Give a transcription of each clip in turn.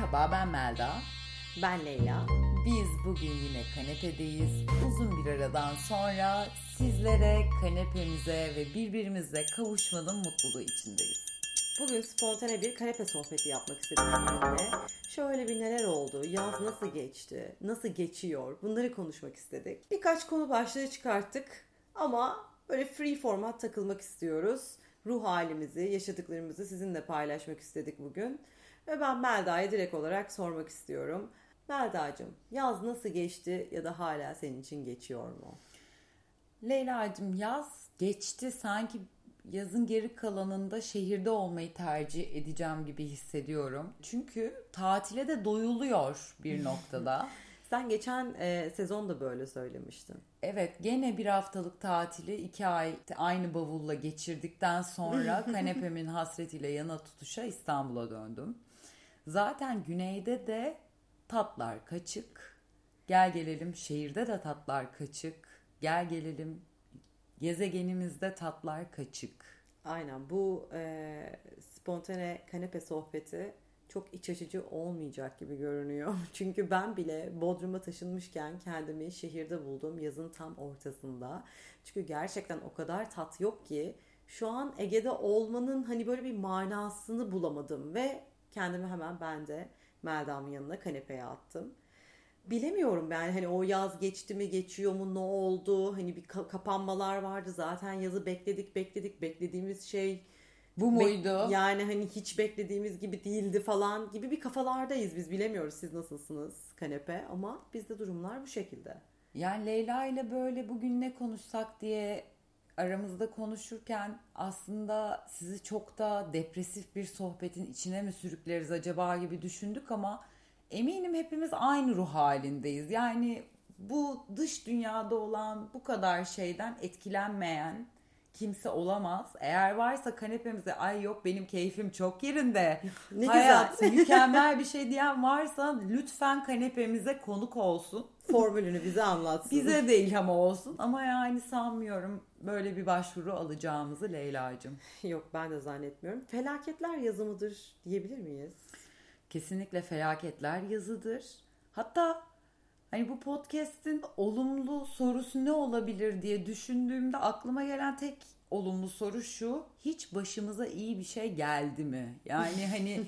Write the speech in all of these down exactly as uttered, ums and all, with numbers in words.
Merhaba, ben Melda. Ben Leyla. Biz bugün yine kanepedeyiz. Uzun bir aradan sonra sizlere, kanepemize ve birbirimize kavuşmanın mutluluğu içindeyiz. Bugün spontane bir kanepe sohbeti yapmak istedik sizinle. Şöyle bir neler oldu, yaz nasıl geçti, nasıl geçiyor, bunları konuşmak istedik. Birkaç konu başlığı çıkarttık ama böyle free format takılmak istiyoruz. Ruh halimizi, yaşadıklarımızı sizinle paylaşmak istedik bugün. Ve ben Melda'ya direkt olarak sormak istiyorum. Melda'cığım, yaz nasıl geçti ya da hala senin için geçiyor mu? Leyla'cığım, yaz geçti, sanki yazın geri kalanında şehirde olmayı tercih edeceğim gibi hissediyorum. Çünkü tatile de doyuluyor bir noktada. Sen geçen e, sezon da böyle söylemiştin. Evet, gene bir haftalık tatili iki ay aynı bavulla geçirdikten sonra kanepemin hasretiyle yana tutuşa İstanbul'a döndüm. Zaten güneyde de tatlar kaçık. Gel gelelim şehirde de tatlar kaçık. Gel gelelim gezegenimizde tatlar kaçık. Aynen, bu e, spontane kanepe sohbeti çok iç açıcı olmayacak gibi görünüyor. Çünkü ben bile Bodrum'a taşınmışken kendimi şehirde buldum, yazın tam ortasında. Çünkü gerçekten o kadar tat yok ki şu an Ege'de olmanın hani böyle bir manasını bulamadım ve kendimi hemen ben de Melda'mın yanına kanepeye attım. Bilemiyorum yani hani o yaz geçti mi, geçiyor mu, ne oldu? Hani bir kapanmalar vardı zaten, yazı bekledik bekledik beklediğimiz şey bu muydu? Yani hani hiç beklediğimiz gibi değildi falan gibi bir kafalardayız biz. Bilemiyoruz siz nasılsınız kanepe, ama bizde durumlar bu şekilde. Yani Leyla ile böyle bugün ne konuşsak diye aramızda konuşurken aslında sizi çok da depresif bir sohbetin içine mi sürükleriz acaba gibi düşündük ama eminim hepimiz aynı ruh halindeyiz. Yani bu dış dünyada olan bu kadar şeyden etkilenmeyen kimse olamaz. Eğer varsa kanepemize ay yok benim keyfim çok yerinde, ne hayat güzel, mükemmel bir şey diyen varsa lütfen kanepemize konuk olsun. Formülünü bize anlatsın. Bize de ilham olsun ama yani sanmıyorum böyle bir başvuru alacağımızı Leyla'cığım. Yok, ben de zannetmiyorum. Felaketler yazı mıdır diyebilir miyiz? Kesinlikle felaketler yazıdır. Hatta hani bu podcast'in olumlu sorusu ne olabilir diye düşündüğümde aklıma gelen tek olumlu soru şu: hiç başımıza iyi bir şey geldi mi? Yani hani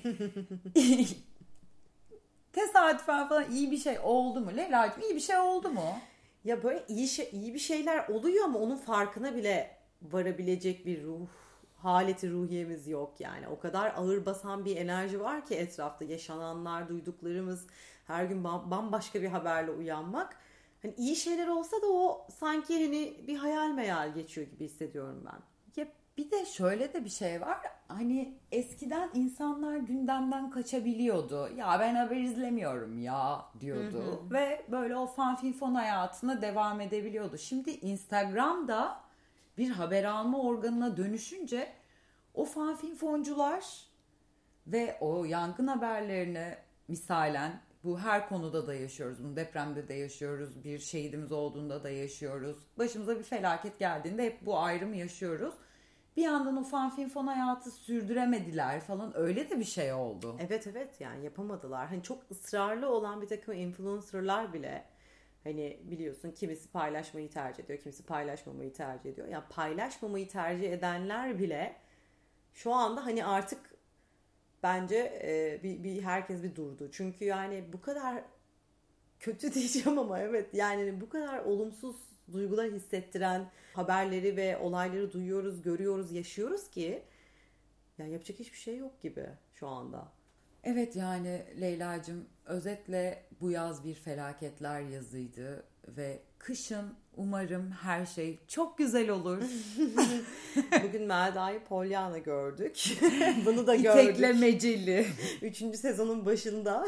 tesadüfen falan iyi bir şey oldu mu? Leyla'cığım, iyi bir şey oldu mu? Ya böyle iyi şey, iyi bir şeyler oluyor ama onun farkına bile varabilecek bir ruh haleti ruhiyemiz yok yani. O kadar ağır basan bir enerji var ki etrafta, yaşananlar, duyduklarımız, her gün bambaşka bir haberle uyanmak. Hani iyi şeyler olsa da o sanki hani bir hayal meyal geçiyor gibi hissediyorum ben. Ya bir de şöyle de bir şey var. Hani eskiden insanlar gündemden kaçabiliyordu. Ya ben haber izlemiyorum ya diyordu. Hı hı. Ve böyle o fanfinfon hayatına devam edebiliyordu. Şimdi Instagram'da bir haber alma organına dönüşünce o fanfinfoncular ve o yangın haberlerini misalen, bu her konuda da yaşıyoruz. Bunu depremde de yaşıyoruz. Bir şehidimiz olduğunda da yaşıyoruz. Başımıza bir felaket geldiğinde hep bu ayrımı yaşıyoruz. Bir yandan o fanfinfon hayatı sürdüremediler falan, öyle de bir şey oldu. Evet evet, yani yapamadılar. Hani çok ısrarlı olan bir takım influencerlar bile, hani biliyorsun, kimisi paylaşmayı tercih ediyor, kimisi paylaşmamayı tercih ediyor. Yani paylaşmamayı tercih edenler bile şu anda hani artık bence e, bir, bir herkes bir durdu. Çünkü yani bu kadar kötü diyeceğim ama evet, yani bu kadar olumsuz duygular hissettiren haberleri ve olayları duyuyoruz, görüyoruz, yaşıyoruz ki yani yapacak hiçbir şey yok gibi şu anda. Evet yani Leyla'cığım, özetle bu yaz bir felaketler yazıydı ve kışın umarım her şey çok güzel olur. Bugün Melda'yı Pollyanna gördük. Bunu da gördük. İteklemeceli. Üçüncü sezonun başında.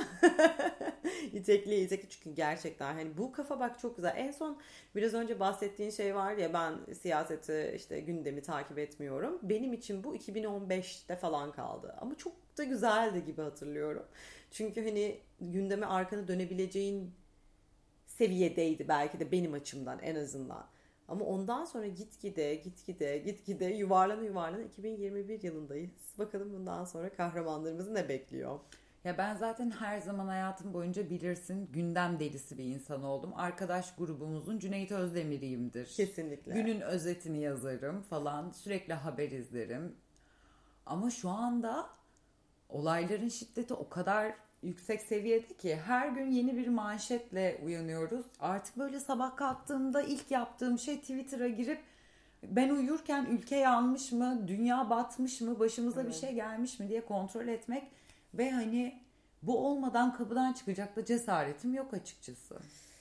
İtekli itekli, çünkü gerçekten hani bu kafa bak çok güzel. En son biraz önce bahsettiğin şey var ya, ben siyaseti, işte gündemi takip etmiyorum. Benim için bu iki bin on beşte falan kaldı. Ama çok da güzeldi gibi hatırlıyorum. Çünkü hani gündeme arkanı dönebileceğin seviyedeydi belki de, benim açımdan en azından. Ama ondan sonra gitgide gitgide gitgide yuvarlana yuvarlana iki bin yirmi bir yılındayız. Bakalım bundan sonra kahramanlarımızı ne bekliyor? Ya ben zaten her zaman hayatım boyunca bilirsin gündem delisi bir insan oldum. Arkadaş grubumuzun Cüneyt Özdemir'iyimdir. Kesinlikle. Günün özetini yazarım falan. Sürekli haber izlerim. Ama şu anda olayların şiddeti o kadar yüksek seviyede ki her gün yeni bir manşetle uyanıyoruz. Artık böyle sabah kalktığımda ilk yaptığım şey Twitter'a girip ben uyurken ülke yanmış mı, dünya batmış mı, başımıza evet. bir şey gelmiş mi diye kontrol etmek ve hani bu olmadan kapıdan çıkacak da cesaretim yok açıkçası.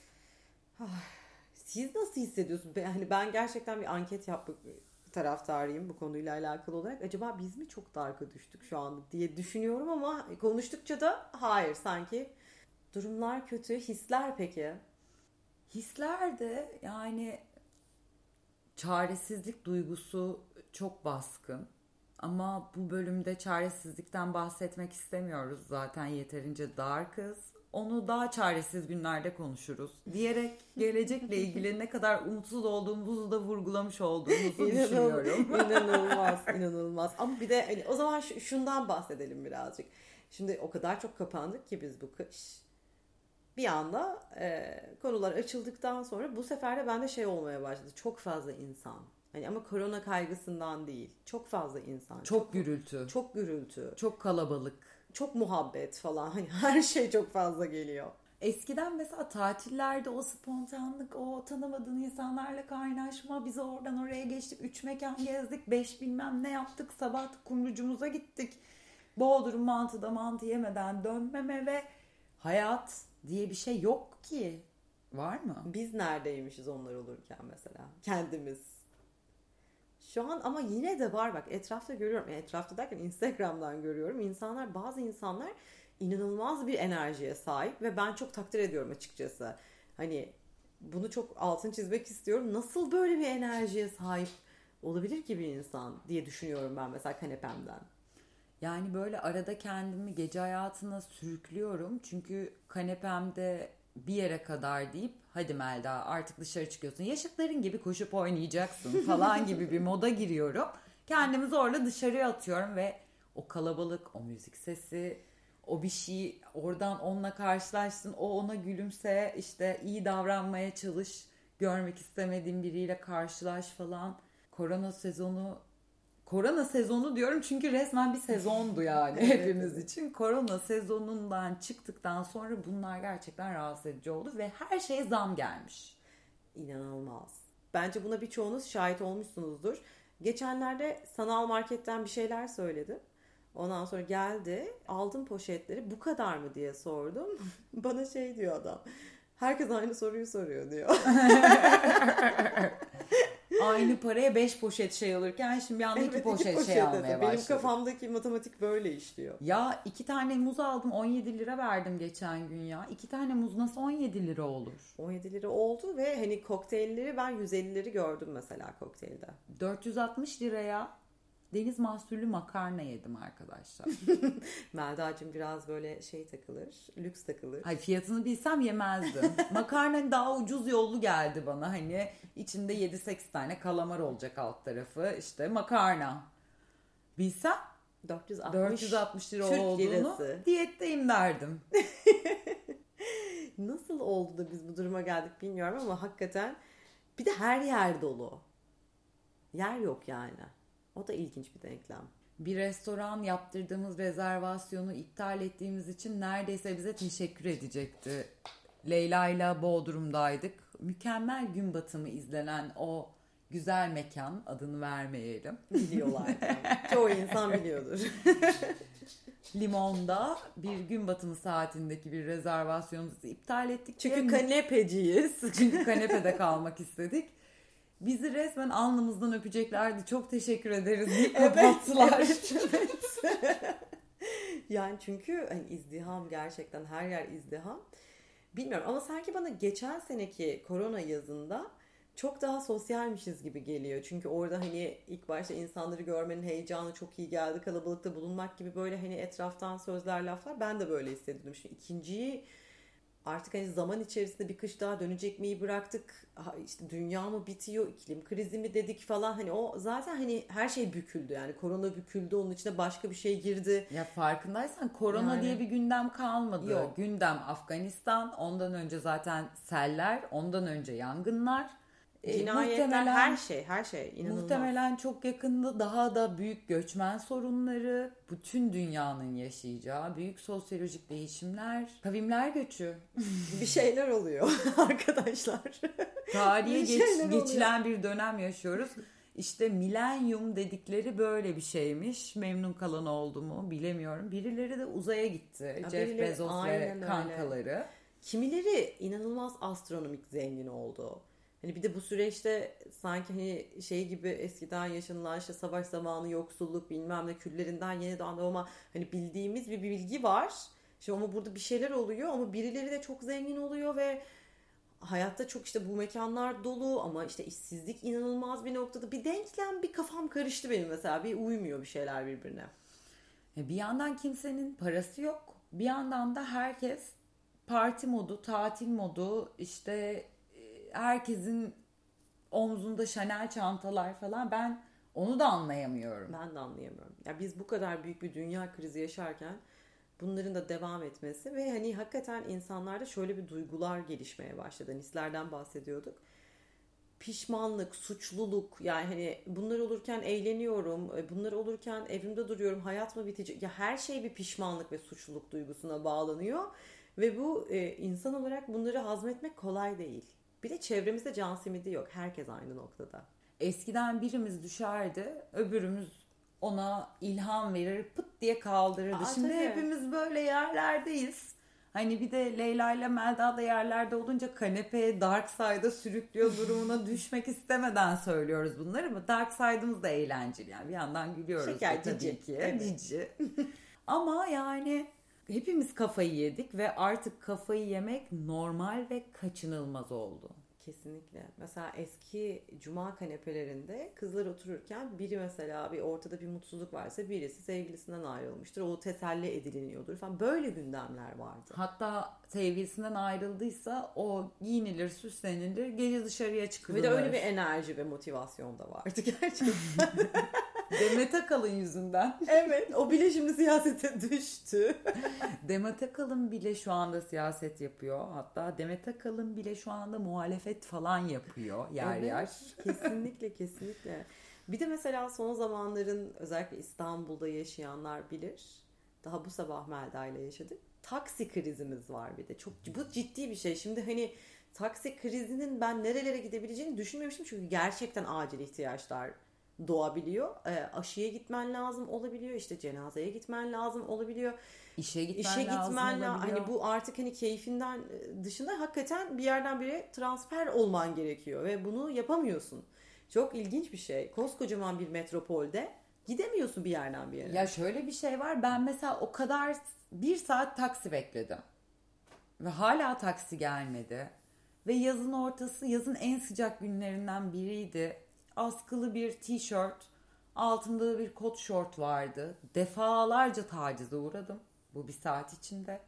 Siz nasıl hissediyorsunuz? Yani ben gerçekten bir anket yapmak taraftarıyım bu konuyla alakalı olarak. Acaba biz mi çok darka düştük şu anda diye düşünüyorum ama konuştukça da hayır sanki durumlar kötü. Hisler peki? Hisler de yani çaresizlik duygusu çok baskın. Ama bu bölümde çaresizlikten bahsetmek istemiyoruz. Zaten yeterince darkız. Onu daha çaresiz günlerde konuşuruz diyerek gelecekle ilgili ne kadar umutsuz olduğumuzu da vurgulamış olduğumuzu düşünüyorum. İnanılmaz, inanılmaz. Ama bir de hani, o zaman şundan bahsedelim birazcık. Şimdi o kadar çok kapandık ki biz bu kış. Bir anda e, konular açıldıktan sonra bu sefer de bende şey olmaya başladı. Çok fazla insan. Hani ama korona kaygısından değil. Çok fazla insan. Çok, çok gürültü. Çok gürültü. Çok kalabalık. Çok muhabbet falan. Hani her şey çok fazla geliyor. Eskiden mesela tatillerde o spontanlık, o tanımadığın insanlarla kaynaşma, biz oradan oraya geçtik, üç mekan gezdik, beş bilmem ne yaptık, sabah kumrucumuza gittik. Bodrum mantıda mantı yemeden dönmeme ve hayat diye bir şey yok ki. Var mı? Biz neredeymişiz onlar olurken mesela? Kendimiz. Şu an ama yine de var bak etrafta görüyorum. Yani etrafta derken Instagram'dan görüyorum. İnsanlar, bazı insanlar inanılmaz bir enerjiye sahip ve ben çok takdir ediyorum açıkçası. Hani bunu çok altını çizmek istiyorum. Nasıl böyle bir enerjiye sahip olabilir ki bir insan diye düşünüyorum ben mesela kanepemden. Yani böyle arada kendimi gece hayatına sürüklüyorum. Çünkü kanepemde bir yere kadar deyip hadi Melda artık dışarı çıkıyorsun. Yaşıtların gibi koşup oynayacaksın falan gibi bir moda giriyorum. Kendimi zorla dışarıya atıyorum ve o kalabalık, o müzik sesi, o bir şey, oradan onunla karşılaştın, o ona gülümse, işte iyi davranmaya çalış, görmek istemediğin biriyle karşılaş falan. Korona sezonu Korona sezonu diyorum çünkü resmen bir sezondu yani hepimiz için. Korona sezonundan çıktıktan sonra bunlar gerçekten rahatsız edici oldu ve her şeye zam gelmiş. İnanılmaz. Bence buna birçoğunuz şahit olmuşsunuzdur. Geçenlerde sanal marketten bir şeyler söyledim. Ondan sonra geldi, aldım poşetleri, bu kadar mı diye sordum. Bana şey diyor adam, herkes aynı soruyu soruyor diyor. Aynı paraya beş poşet şey alırken şimdi bir anda evet, iki poşet, iki poşet şey almaya başladım. Benim kafamdaki matematik böyle işliyor. Ya iki tane muz aldım, on yedi lira verdim geçen gün ya. İki tane muz nasıl on yedi lira olur? on yedi lira oldu ve hani kokteylleri ben yüz ellileri gördüm mesela kokteylde. dört yüz altmış liraya deniz mahsullü makarna yedim arkadaşlar. Melda'cığım biraz böyle şey takılır, lüks takılır. Hayır, fiyatını bilsem yemezdim. Makarna daha ucuz yollu geldi bana. Hani içinde yedi sekiz tane kalamar olacak alt tarafı. İşte makarna. Bilsem dört yüz altmış, dört yüz altmış lira Türk olduğunu lirası. Diyetteyim derdim. Nasıl oldu da biz bu duruma geldik bilmiyorum ama hakikaten bir de her yer dolu. Yer yok yani. O da ilginç bir denklem. Bir restoran yaptırdığımız rezervasyonu iptal ettiğimiz için neredeyse bize teşekkür edecekti. Leyla ile Bodrum'daydık. Mükemmel gün batımı izlenen o güzel mekan, adını vermeyelim. Biliyorlar. Çoğu insan biliyordur. Limon'da bir gün batımı saatindeki bir rezervasyonumuzu iptal ettik. Çünkü kanepeciyiz. Çünkü kanepede kalmak istedik. Bizi resmen alnımızdan öpeceklerdi. Çok teşekkür ederiz deyip kapattılar. Evet, evet. Yani çünkü hani izdiham, gerçekten her yer izdiham. Bilmiyorum ama sanki bana geçen seneki korona yazında çok daha sosyalmişiz gibi geliyor. Çünkü orada hani ilk başta insanları görmenin heyecanı çok iyi geldi. Kalabalıkta bulunmak gibi böyle hani etraftan sözler, laflar. Ben de böyle hissediyordum. Şimdi ikinciyi artık hani zaman içerisinde bir kış daha dönecek miyi bıraktık, ha işte dünya mı bitiyor, iklim krizi mi dedik falan, hani o zaten hani her şey büküldü yani, korona büküldü, onun içine başka bir şey girdi. Ya farkındaysan korona yani, diye bir gündem kalmadı. Yok. Gündem Afganistan, ondan önce zaten seller, ondan önce yangınlar. Cinayetler, e, her şey, her şey inanılmaz. Muhtemelen çok yakında daha da büyük göçmen sorunları, bütün dünyanın yaşayacağı büyük sosyolojik değişimler, kavimler göçü. Bir şeyler oluyor arkadaşlar. Tarihe geç, geçilen bir dönem yaşıyoruz. İşte milenyum dedikleri böyle bir şeymiş. Memnun kalan oldu mu bilemiyorum. Birileri de uzaya gitti. Ya Jeff Bezos ve kankaları. Öyle. Kimileri inanılmaz astronomik zengin oldu. Hani bir de bu süreçte sanki hani şey gibi, eskiden yaşanılan işte savaş zamanı yoksulluk bilmem ne küllerinden yeniden doğma, hani bildiğimiz bir bilgi var. Şimdi ama burada bir şeyler oluyor ama birileri de çok zengin oluyor ve hayatta çok işte bu mekanlar dolu ama işte işsizlik inanılmaz bir noktada. Bir denklem, bir kafam karıştı benim mesela, bir uymuyor bir şeyler birbirine. Bir yandan kimsenin parası yok, bir yandan da herkes parti modu, tatil modu, işte herkesin omzunda Chanel çantalar falan, ben onu da anlayamıyorum. Ben de anlayamıyorum. Ya biz bu kadar büyük bir dünya krizi yaşarken bunların da devam etmesi ve hani hakikaten insanlarda şöyle bir duygular gelişmeye başladı. Hislerden bahsediyorduk. Pişmanlık, suçluluk, yani hani bunlar olurken eğleniyorum, bunlar olurken evimde duruyorum, hayat mı bitecek? Ya her şey bir pişmanlık ve suçluluk duygusuna bağlanıyor ve bu e, insan olarak bunları hazmetmek kolay değil. Bir de çevremizde can simidi yok. Herkes aynı noktada. Eskiden birimiz düşerdi, öbürümüz ona ilham verir, pıt diye kaldırırdı. Aa, Şimdi tabii. Hepimiz böyle yerlerdeyiz. Hani bir de Leyla ile Melda da yerlerde olunca kanepeye Dark Side'a sürüklüyor durumuna düşmek istemeden söylüyoruz bunları, ama Dark Side'ımız da eğlenceli. Yani bir yandan gülüyoruz. Şeker, cici. Ki. Evet. Cici. Ama yani hepimiz kafayı yedik ve artık kafayı yemek normal ve kaçınılmaz oldu. Kesinlikle. Mesela eski cuma kanepelerinde kızlar otururken biri mesela bir ortada bir mutsuzluk varsa birisi sevgilisinden ayrılmıştır. O teselli ediliniyordur falan. Böyle gündemler vardı. Hatta sevgilisinden ayrıldıysa o giyinilir, süslenilir, gece dışarıya çıkılır. Bir de öyle bir enerji ve motivasyon da vardı gerçekten. Demet Akalın yüzünden. Evet, o bile şimdi siyasete düştü. Demet Akalın bile şu anda siyaset yapıyor. Hatta Demet Akalın bile şu anda muhalefet falan yapıyor yer evet, yer. Kesinlikle kesinlikle. Bir de mesela son zamanların özellikle İstanbul'da yaşayanlar bilir. Daha bu sabah Melda ile yaşadık. Taksi krizimiz var bir de. Çok bu ciddi bir şey. Şimdi hani taksi krizinin ben nerelere gidebileceğini düşünmemiştim. Çünkü gerçekten acil ihtiyaçlar doğabiliyor. E, aşıya gitmen lazım olabiliyor. İşte cenazeye gitmen lazım olabiliyor. İşe gitmen İşe lazım gitmen olabiliyor. Hani bu artık hani keyfinden dışında hakikaten bir yerden bir yere transfer olman gerekiyor ve bunu yapamıyorsun. Çok ilginç bir şey. Koskocaman bir metropolde gidemiyorsun bir yerden bir yere. Ya şöyle bir şey var. Ben mesela o kadar bir saat taksi bekledim. Ve hala taksi gelmedi. Ve yazın ortası, yazın en sıcak günlerinden biriydi. Askılı bir tişört, altında bir kot şort vardı. Defalarca tacize uğradım bu bir saat içinde.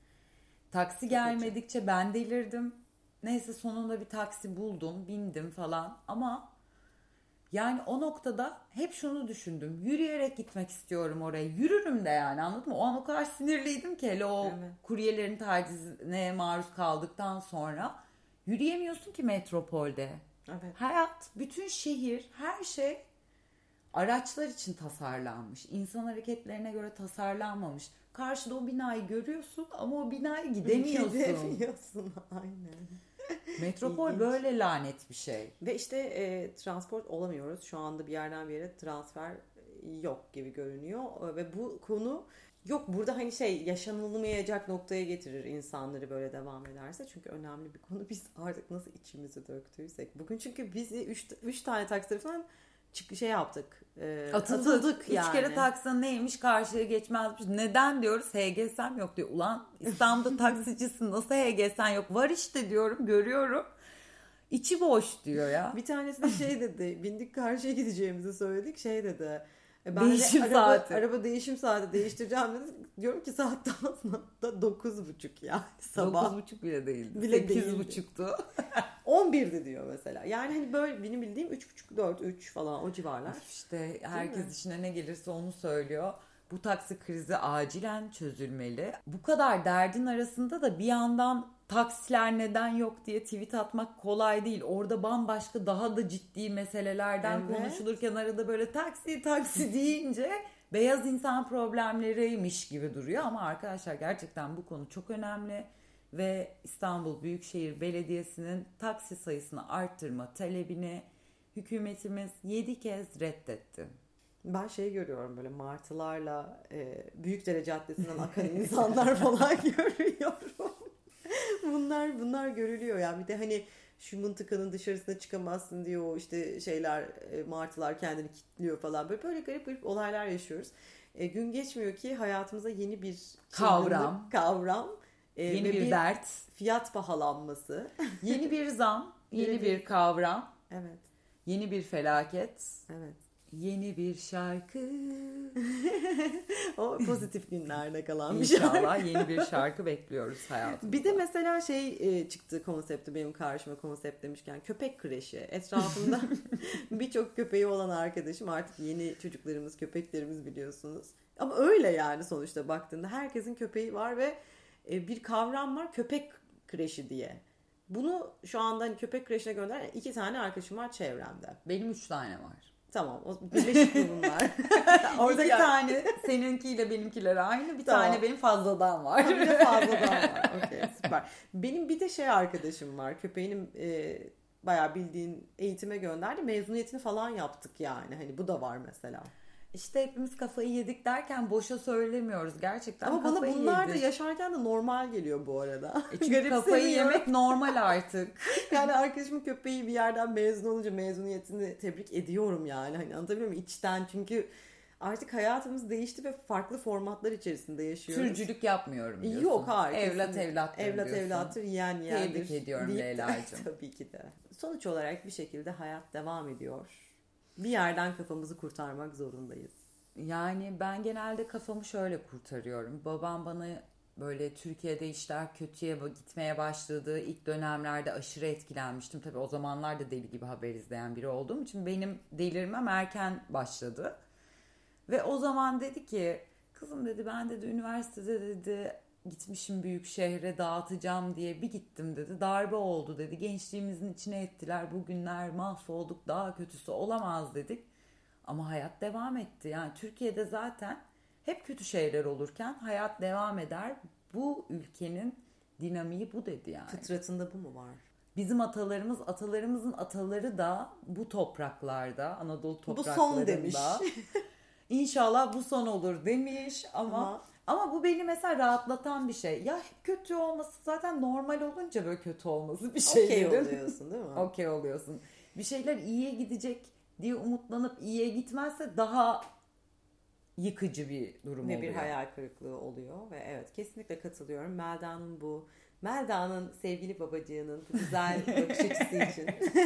Taksi gelmedikçe ben delirdim. Neyse sonunda bir taksi buldum, bindim falan. Ama yani o noktada hep şunu düşündüm. Yürüyerek gitmek istiyorum oraya. Yürürüm de yani, anladın mı? O an o kadar sinirliydim ki hele o evet. kuryelerin tacizine maruz kaldıktan sonra. Yürüyemiyorsun ki metropolde. Evet. Hayat, bütün şehir, her şey araçlar için tasarlanmış. İnsan hareketlerine göre tasarlanmamış. Karşıda o binayı görüyorsun ama o binaya gidemiyorsun. Gidemiyorsun, aynen. Metropol İlginç. Böyle lanet bir şey. Ve işte e, transport olamıyoruz. Şu anda bir yerden bir yere transfer yok gibi görünüyor. Ve bu konu yok burada hani şey yaşanılmayacak noktaya getirir insanları böyle devam ederse. Çünkü önemli bir konu. Biz artık nasıl içimizi döktüysek. Bugün çünkü biz üç tane taksi falan çık şey yaptık. E, atıldık, atıldık yani. Üç kere taksi neymiş, karşıya geçmezmiş. Neden diyoruz? H G S'm yok diyor. Ulan İstanbul'da taksicisin, nasıl H G S'en yok? Var işte diyorum, görüyorum. İçi boş diyor ya. Bir tanesi de şey dedi. Bindik karşıya gideceğimizi söyledik. Şey dedi. E ben değişim de araba, saati. Araba değişim saati değiştireceğim dedi. Diyorum ki saat daha dokuz buçuk yani sabah. dokuz buçuk bile değildi. Bile sekiz buçuktu. on birdi diyor mesela. Yani hani böyle benim bildiğim üç buçuk, dört, üç falan o civarlar. İşte herkes işine ne gelirse onu söylüyor. Bu taksi krizi acilen çözülmeli. Bu kadar derdin arasında da bir yandan taksiler neden yok diye tweet atmak kolay değil. Orada bambaşka daha da ciddi meselelerden Evet. konuşulurken arada böyle taksi taksi deyince beyaz insan problemleriymiş gibi duruyor. Ama arkadaşlar gerçekten bu konu çok önemli. Ve İstanbul Büyükşehir Belediyesi'nin taksi sayısını arttırma talebini hükümetimiz yedi kez reddetti. Ben şey görüyorum böyle martılarla e, Büyükdere Caddesi'nden akan insanlar falan görüyorum. bunlar bunlar görülüyor yani. Bir de hani şu mıntıkanın dışarısına çıkamazsın diyor işte şeyler e, martılar kendini kilitliyor falan böyle böyle garip garip olaylar yaşıyoruz. E, gün geçmiyor ki hayatımıza yeni bir Kavram. kavram e, Yeni ve bir, bir dert. fiyat pahalanması. Yeni bir zam. Yeni Yeni bir kavram. Evet. Yeni bir felaket. Evet. Yeni bir şarkı. O pozitif günlerde kalan bir şey. İnşallah yeni bir şarkı bekliyoruz hayatımızda. Bir de mesela şey e, çıktı konsepti benim karşıma konsept demişken köpek kreşi. Etrafımda birçok köpeği olan arkadaşım artık yeni çocuklarımız köpeklerimiz biliyorsunuz. Ama öyle yani sonuçta baktığında herkesin köpeği var ve e, bir kavram var köpek kreşi diye. Bunu şu anda hani köpek kreşine gönderen iki tane arkadaşım var çevremde. Benim üç tane var. Tamam o birleşik mi bunlar? Orada bir tane seninkiyle benimkiler aynı. Bir Tamam. tane benim fazladan var. Bir de fazladan var. Okey süper. Benim bir de şey arkadaşım var. Köpeğinin e, bayağı bildiğin eğitime gönderdi. Mezuniyetini falan yaptık yani. Hani bu da var mesela. İşte hepimiz kafayı yedik derken boşa söylemiyoruz. Gerçekten Ama kafayı bana bunlar yedik. da yaşarken de normal geliyor bu arada. E çünkü kafayı yemek normal artık. Yani arkadaşımın köpeği bir yerden mezun olunca mezuniyetini tebrik ediyorum yani. Hani anlatabiliyor muyum? İçten çünkü artık hayatımız değişti ve farklı formatlar içerisinde yaşıyoruz. Türcülük yapmıyorum diyorsun. Yok hayır. Evlat kesinlikle. evlattır Evlat diyorsun. evlattır, yiyen yiyendir. Tebrik ediyorum deyip- Leyla'cığım. Tabii ki de. Sonuç olarak bir şekilde hayat devam ediyor. Bir yerden kafamızı kurtarmak zorundayız. Yani ben genelde kafamı şöyle kurtarıyorum. Babam bana böyle Türkiye'de işler kötüye gitmeye başladığı ilk dönemlerde aşırı etkilenmiştim. Tabii o zamanlar da deli gibi haber izleyen biri olduğum için benim delirmem erken başladı. Ve o zaman dedi ki kızım dedi ben dedi üniversitede dedi gitmişim büyük şehre dağıtacağım diye bir gittim dedi. Darbe oldu dedi. Gençliğimizin içine ettiler. Bugünler mahvolduk daha kötüsü olamaz dedik. Ama hayat devam etti. Yani Türkiye'de zaten hep kötü şeyler olurken hayat devam eder. Bu ülkenin dinamiği bu dedi yani. Fıtratında bu mu var? Bizim atalarımız, atalarımızın ataları da bu topraklarda, Anadolu Bu topraklarında. son demiş. İnşallah bu son olur demiş ama Ama- ama bu beni mesela rahatlatan bir şey. Ya hep kötü olması zaten normal olunca böyle kötü olması bir şey. Okey oluyorsun değil mi? Okey oluyorsun. Bir şeyler iyiye gidecek diye umutlanıp iyiye gitmezse daha yıkıcı bir durum Ve oluyor. bir hayal kırıklığı oluyor ve evet kesinlikle katılıyorum. Melda'nın bu Melda'nın sevgili babacığının bu güzel bakış açısı için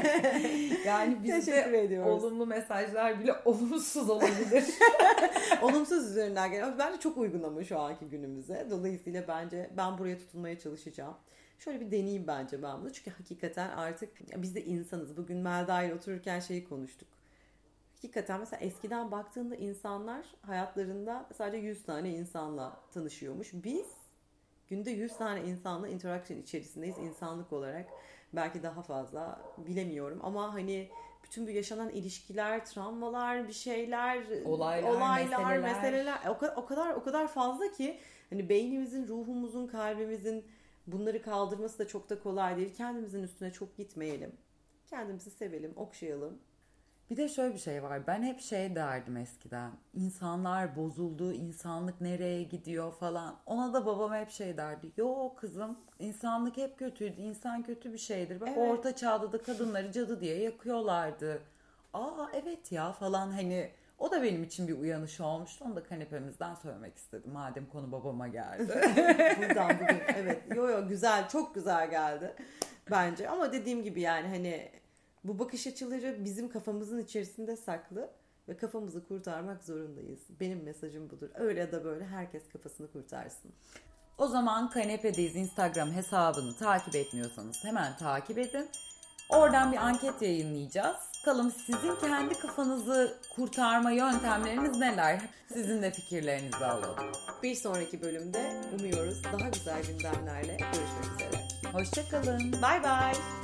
Yani teşekkür bizde ediyoruz. olumlu mesajlar bile olumsuz olabilir. Olumsuz üzerinden gelen bence çok uygun ama şu anki günümüze. Dolayısıyla bence ben buraya tutunmaya çalışacağım. Şöyle bir deneyeyim bence ben bunu. Çünkü hakikaten artık biz de insanız. Bugün Melda ile otururken şeyi konuştuk. Hakikaten mesela eskiden baktığında insanlar hayatlarında sadece yüz tane insanla tanışıyormuş. Biz günde yüz tane insanla interaction içerisindeyiz insanlık olarak. Belki daha fazla bilemiyorum ama hani bütün bu yaşanan ilişkiler, travmalar, bir şeyler, Olaylar, olaylar meseleler. meseleler o kadar o kadar o kadar fazla ki hani beynimizin, ruhumuzun, kalbimizin bunları kaldırması da çok da kolay değil. Kendimizin üstüne çok gitmeyelim. Kendimizi sevelim, okşayalım. Bir de şöyle bir şey var. Ben hep şey derdim eskiden. İnsanlar bozuldu, insanlık nereye gidiyor falan. Ona da babam hep şey derdi. Yo kızım, insanlık hep kötüydü. İnsan kötü bir şeydir. Bak Evet. orta çağda da kadınları cadı diye yakıyorlardı. Aa evet ya falan hani o da benim için bir uyanış olmuştu. Onu da kanepemizden söylemek istedim. Madem konu babama geldi. Buradan bugün evet yo yo güzel çok güzel geldi bence ama dediğim gibi yani hani bu bakış açıları bizim kafamızın içerisinde saklı ve kafamızı kurtarmak zorundayız. Benim mesajım budur. Öyle ya da böyle herkes kafasını kurtarsın. O zaman Kanepe'deyiz Instagram hesabını takip etmiyorsanız hemen takip edin. Oradan bir anket yayınlayacağız. Bakalım sizin kendi kafanızı kurtarma yöntemleriniz neler? Sizin de fikirlerinizi alalım. Bir sonraki bölümde umuyoruz daha güzel gündemlerle görüşmek üzere. Hoşça kalın. Bye bye.